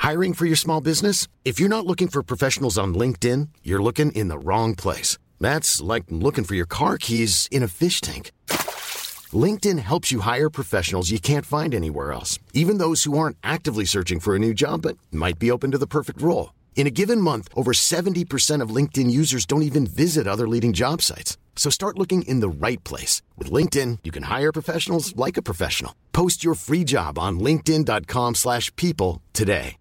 Hiring for your small business? If you're not looking for professionals on LinkedIn, you're looking in the wrong place. That's like looking for your car keys in a fish tank. LinkedIn helps you hire professionals you can't find anywhere else, even those who aren't actively searching for a new job but might be open to the perfect role. In a given month, over 70% of LinkedIn users don't even visit other leading job sites. So start looking in the right place. With LinkedIn, you can hire professionals like a professional. Post your free job on linkedin.com/people today.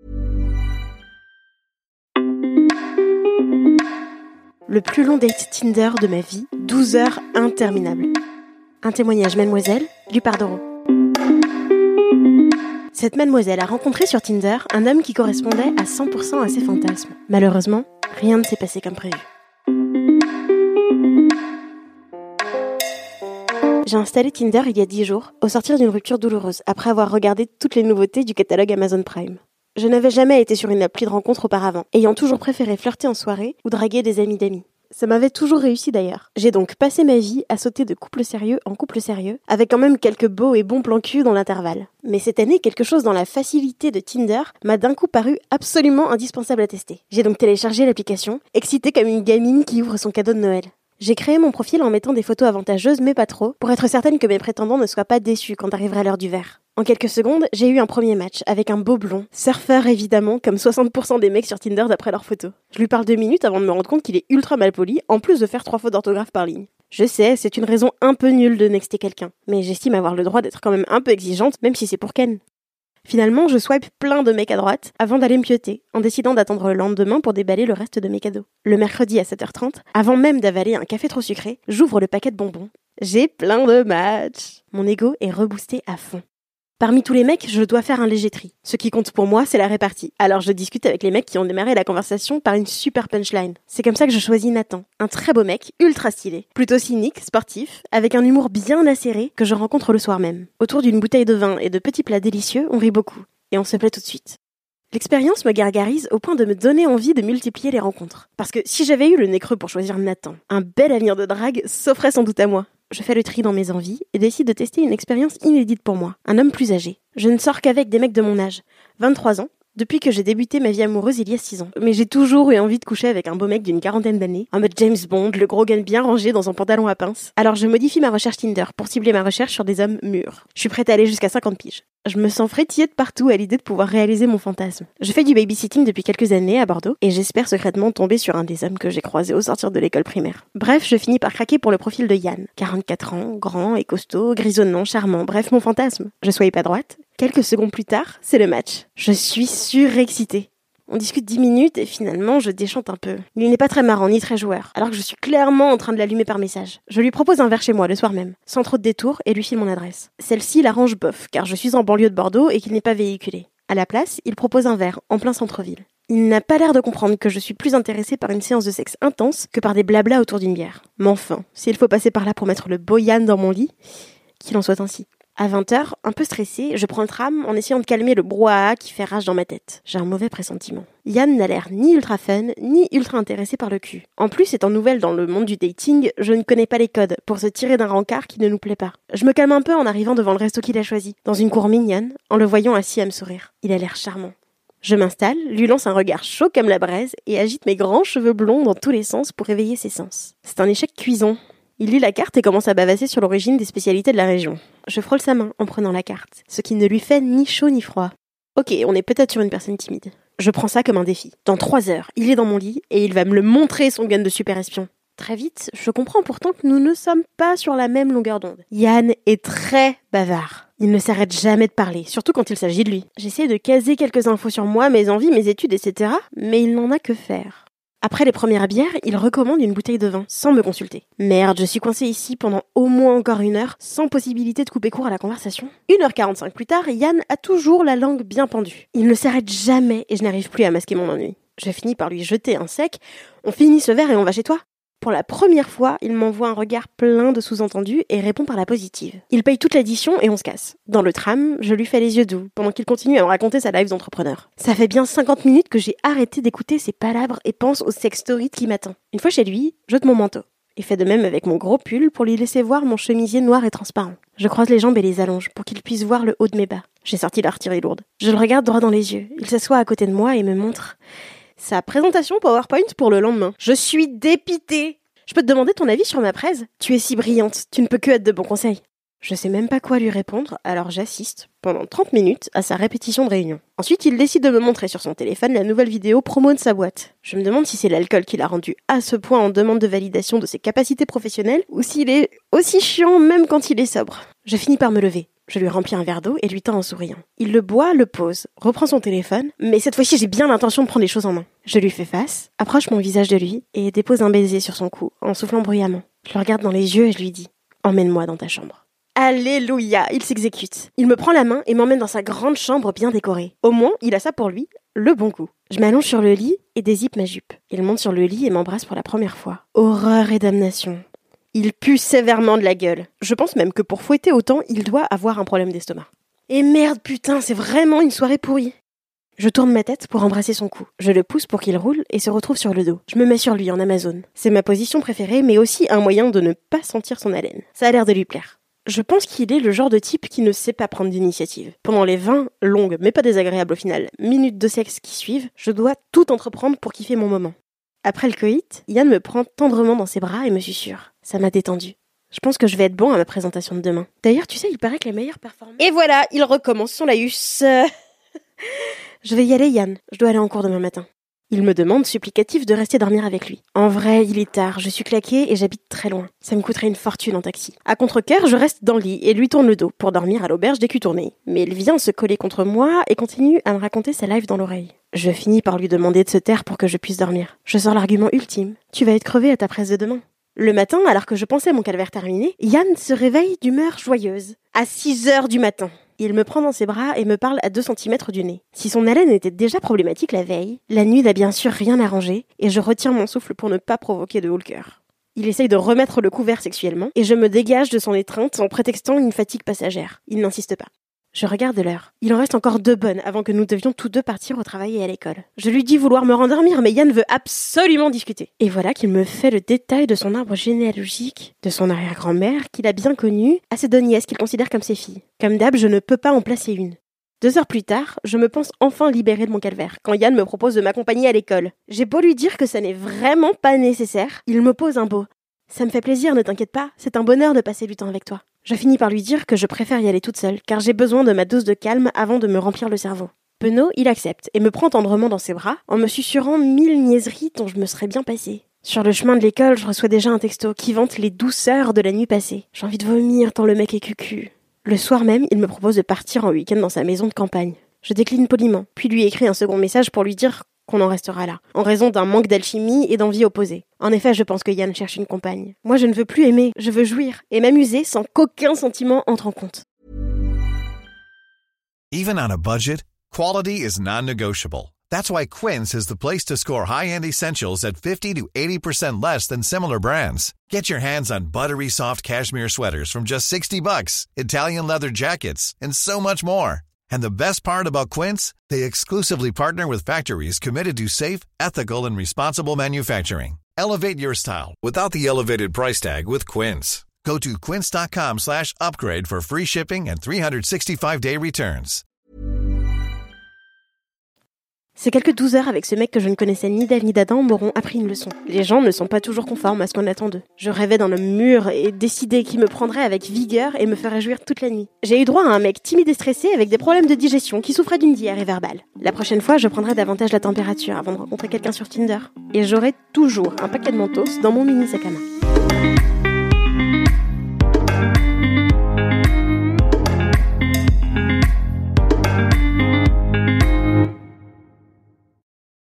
Le plus long date Tinder de ma vie, 12 heures interminables. Un témoignage mademoiselle, lu par Doro. Cette mademoiselle a rencontré sur Tinder un homme qui correspondait à 100% à ses fantasmes. Malheureusement, rien ne s'est passé comme prévu. J'ai installé Tinder il y a 10 jours, au sortir d'une rupture douloureuse, après avoir regardé toutes les nouveautés du catalogue Amazon Prime. Je n'avais jamais été sur une appli de rencontre auparavant, ayant toujours préféré flirter en soirée ou draguer des amis d'amis. Ça m'avait toujours réussi d'ailleurs. J'ai donc passé ma vie à sauter de couple sérieux en couple sérieux, avec quand même quelques beaux et bons plans cul dans l'intervalle. Mais cette année, quelque chose dans la facilité de Tinder m'a d'un coup paru absolument indispensable à tester. J'ai donc téléchargé l'application, excitée comme une gamine qui ouvre son cadeau de Noël. J'ai créé mon profil en mettant des photos avantageuses, mais pas trop, pour être certaine que mes prétendants ne soient pas déçus quand arrivera l'heure du verre. En quelques secondes, j'ai eu un premier match avec un beau blond, surfeur évidemment, comme 60% des mecs sur Tinder d'après leurs photos. Je lui parle 2 minutes avant de me rendre compte qu'il est ultra malpoli, en plus de faire 3 fautes d'orthographe par ligne. Je sais, c'est une raison un peu nulle de nexter quelqu'un, mais j'estime avoir le droit d'être quand même un peu exigeante, même si c'est pour Ken. Finalement, je swipe plein de mecs à droite avant d'aller me pioter, en décidant d'attendre le lendemain pour déballer le reste de mes cadeaux. Le mercredi à 7h30, avant même d'avaler un café trop sucré, j'ouvre le paquet de bonbons. J'ai plein de matchs. Mon ego est reboosté à fond. Parmi tous les mecs, je dois faire un léger tri. Ce qui compte pour moi, c'est la répartie. Alors je discute avec les mecs qui ont démarré la conversation par une super punchline. C'est comme ça que je choisis Nathan. Un très beau mec, ultra stylé. Plutôt cynique, sportif, avec un humour bien acéré que je rencontre le soir même. Autour d'une bouteille de vin et de petits plats délicieux, on rit beaucoup. Et on se plaît tout de suite. L'expérience me gargarise au point de me donner envie de multiplier les rencontres. Parce que si j'avais eu le nez creux pour choisir Nathan, un bel avenir de drague s'offrait sans doute à moi. Je fais le tri dans mes envies et décide de tester une expérience inédite pour moi. Un homme plus âgé. Je ne sors qu'avec des mecs de mon âge. 23 ans. Depuis que j'ai débuté ma vie amoureuse il y a 6 ans. Mais j'ai toujours eu envie de coucher avec un beau mec d'une 40aine d'années, en mode James Bond, le gros gun bien rangé dans un pantalon à pince. Alors je modifie ma recherche Tinder pour cibler ma recherche sur des hommes mûrs. Je suis prête à aller jusqu'à 50 piges. Je me sens frétiller de partout à l'idée de pouvoir réaliser mon fantasme. Je fais du babysitting depuis quelques années à Bordeaux et j'espère secrètement tomber sur un des hommes que j'ai croisés au sortir de l'école primaire. Bref, je finis par craquer pour le profil de Yann. 44 ans, grand et costaud, grisonnant, charmant, bref, mon fantasme. Je swipe à droite. Quelques secondes plus tard, c'est le match. Je suis surexcitée. On discute 10 minutes et finalement, je déchante un peu. Il n'est pas très marrant ni très joueur, alors que je suis clairement en train de l'allumer par message. Je lui propose un verre chez moi le soir même, sans trop de détours, et lui file mon adresse. Celle-ci l'arrange bof, car je suis en banlieue de Bordeaux et qu'il n'est pas véhiculé. À la place, il propose un verre, en plein centre-ville. Il n'a pas l'air de comprendre que je suis plus intéressée par une séance de sexe intense que par des blablas autour d'une bière. Mais enfin, s'il faut passer par là pour mettre le beau Yann dans mon lit, qu'il en soit ainsi. À 20h, un peu stressée, je prends le tram en essayant de calmer le brouhaha qui fait rage dans ma tête. J'ai un mauvais pressentiment. Yann n'a l'air ni ultra fun, ni ultra intéressé par le cul. En plus, étant nouvelle dans le monde du dating, je ne connais pas les codes pour se tirer d'un rencard qui ne nous plaît pas. Je me calme un peu en arrivant devant le resto qu'il a choisi, dans une cour mignonne, en le voyant assis à me sourire. Il a l'air charmant. Je m'installe, lui lance un regard chaud comme la braise et agite mes grands cheveux blonds dans tous les sens pour éveiller ses sens. C'est un échec cuisant. Il lit la carte et commence à bavasser sur l'origine des spécialités de la région. Je frôle sa main en prenant la carte, ce qui ne lui fait ni chaud ni froid. Ok, on est peut-être sur une personne timide. Je prends ça comme un défi. Dans 3 heures, il est dans mon lit et il va me le montrer, son gun de super espion. Très vite, je comprends pourtant que nous ne sommes pas sur la même longueur d'onde. Yann est très bavard. Il ne s'arrête jamais de parler, surtout quand il s'agit de lui. J'essaie de caser quelques infos sur moi, mes envies, mes études, etc. Mais il n'en a que faire. Après les premières bières, il recommande une bouteille de vin, sans me consulter. Merde, je suis coincée ici pendant au moins encore 1 heure, sans possibilité de couper court à la conversation. 1h45 plus tard, Yann a toujours la langue bien pendue. Il ne s'arrête jamais et je n'arrive plus à masquer mon ennui. Je finis par lui jeter un sec. On finit ce verre et on va chez toi. Pour la première fois, il m'envoie un regard plein de sous-entendus et répond par la positive. Il paye toute l'addition et on se casse. Dans le tram, je lui fais les yeux doux, pendant qu'il continue à me raconter sa life d'entrepreneur. Ça fait bien 50 minutes que j'ai arrêté d'écouter ses palabres et pense au sex story qui m'attend. Une fois chez lui, j'ôte mon manteau. et fait de même avec mon gros pull pour lui laisser voir mon chemisier noir et transparent. Je croise les jambes et les allonge pour qu'il puisse voir le haut de mes bas. J'ai sorti l'artillerie lourde. Je le regarde droit dans les yeux. Il s'assoit à côté de moi et me montre sa présentation PowerPoint pour le lendemain. Je suis dépitée. Je peux te demander ton avis sur ma presse ? Tu es si brillante, tu ne peux que être de bons conseils. Je sais même pas quoi lui répondre, alors j'assiste pendant 30 minutes à sa répétition de réunion. Ensuite, il décide de me montrer sur son téléphone la nouvelle vidéo promo de sa boîte. Je me demande si c'est l'alcool qui l'a rendu à ce point en demande de validation de ses capacités professionnelles ou s'il est aussi chiant même quand il est sobre. Je finis par me lever. Je lui remplis un verre d'eau et lui tends en souriant. Il le boit, le pose, reprend son téléphone, mais cette fois-ci j'ai bien l'intention de prendre les choses en main. Je lui fais face, approche mon visage de lui et dépose un baiser sur son cou en soufflant bruyamment. Je le regarde dans les yeux et je lui dis « Emmène-moi dans ta chambre ». Alléluia, il s'exécute. Il me prend la main et m'emmène dans sa grande chambre bien décorée. Au moins, il a ça pour lui, le bon coup. Je m'allonge sur le lit et dézippe ma jupe. Il monte sur le lit et m'embrasse pour la première fois. Horreur et damnation. Il pue sévèrement de la gueule. Je pense même que pour fouetter autant, il doit avoir un problème d'estomac. Et merde, putain, c'est vraiment une soirée pourrie. Je tourne ma tête pour embrasser son cou. Je le pousse pour qu'il roule et se retrouve sur le dos. Je me mets sur lui en Amazon. C'est ma position préférée, mais aussi un moyen de ne pas sentir son haleine. Ça a l'air de lui plaire. Je pense qu'il est le genre de type qui ne sait pas prendre d'initiative. Pendant les 20 longues, mais pas désagréables au final, minutes de sexe qui suivent, je dois tout entreprendre pour kiffer mon moment. Après le coït, Yann me prend tendrement dans ses bras et me susurre. Ça m'a détendu. Je pense que je vais être bon à ma présentation de demain. D'ailleurs, tu sais, il paraît que les meilleures performances... Et voilà, il recommence son laïus. Je vais y aller, Yann. Je dois aller en cours demain matin. Il me demande, supplicatif, de rester dormir avec lui. En vrai, il est tard, je suis claquée et j'habite très loin. Ça me coûterait une fortune en taxi. À contre-cœur, je reste dans le lit et lui tourne le dos pour dormir à l'auberge des culs tournés. Mais il vient se coller contre moi et continue à me raconter sa life dans l'oreille. Je finis par lui demander de se taire pour que je puisse dormir. Je sors l'argument ultime. Tu vas être crevé à ta presse de demain. Le matin, alors que je pensais mon calvaire terminé, Yann se réveille d'humeur joyeuse. À 6h du matin. Il me prend dans ses bras et me parle à 2 cm du nez. Si son haleine était déjà problématique la veille, la nuit n'a bien sûr rien arrangé et je retiens mon souffle pour ne pas provoquer de haut le cœur. Il essaye de remettre le couvert sexuellement et je me dégage de son étreinte en prétextant une fatigue passagère. Il n'insiste pas. Je regarde l'heure. Il en reste encore 2 bonnes avant que nous devions tous deux partir au travail et à l'école. Je lui dis vouloir me rendormir, mais Yann veut absolument discuter. Et voilà qu'il me fait le détail de son arbre généalogique, de son arrière-grand-mère, qu'il a bien connue, à ses 2 nièces qu'il considère comme ses filles. Comme d'hab, je ne peux pas en placer une. 2 heures plus tard, je me pense enfin libérée de mon calvaire, quand Yann me propose de m'accompagner à l'école. J'ai beau lui dire que ça n'est vraiment pas nécessaire, il me pose un beau. Ça me fait plaisir, ne t'inquiète pas, c'est un bonheur de passer du temps avec toi. Je finis par lui dire que je préfère y aller toute seule, car j'ai besoin de ma dose de calme avant de me remplir le cerveau. Penaud, il accepte, et me prend tendrement dans ses bras, en me susurrant 1000 niaiseries dont je me serais bien passée. Sur le chemin de l'école, je reçois déjà un texto qui vante les douceurs de la nuit passée. J'ai envie de vomir tant le mec est cucu. Le soir même, il me propose de partir en week-end dans sa maison de campagne. Je décline poliment, puis lui écris un second message pour lui dire qu'on en restera là, en raison d'un manque d'alchimie et d'envie opposée. En effet, je pense que Yann cherche une compagne. Moi, je ne veux plus aimer, je veux jouir et m'amuser sans qu'aucun sentiment entre en compte. Even on a budget, quality is non-negotiable. That's why Quince is the place to score high-end essentials at 50 to 80% less than similar brands. Get your hands on buttery soft cashmere sweaters from just $60, Italian leather jackets, and so much more. And the best part about Quince, they exclusively partner with factories committed to safe, ethical, and responsible manufacturing. Elevate your style without the elevated price tag with Quince. Go to quince.com/upgrade for free shipping and 365-day returns. Ces quelques 12 heures avec ce mec que je ne connaissais ni d'Ève ni d'Adam m'auront appris une leçon. Les gens ne sont pas toujours conformes à ce qu'on attend d'eux. Je rêvais d'un homme mûr et décidé qui me prendrait avec vigueur et me ferait jouir toute la nuit. J'ai eu droit à un mec timide et stressé avec des problèmes de digestion qui souffrait d'une diarrhée verbale. La prochaine fois, je prendrai davantage la température avant de rencontrer quelqu'un sur Tinder. Et j'aurai toujours un paquet de mentos dans mon mini sac à main.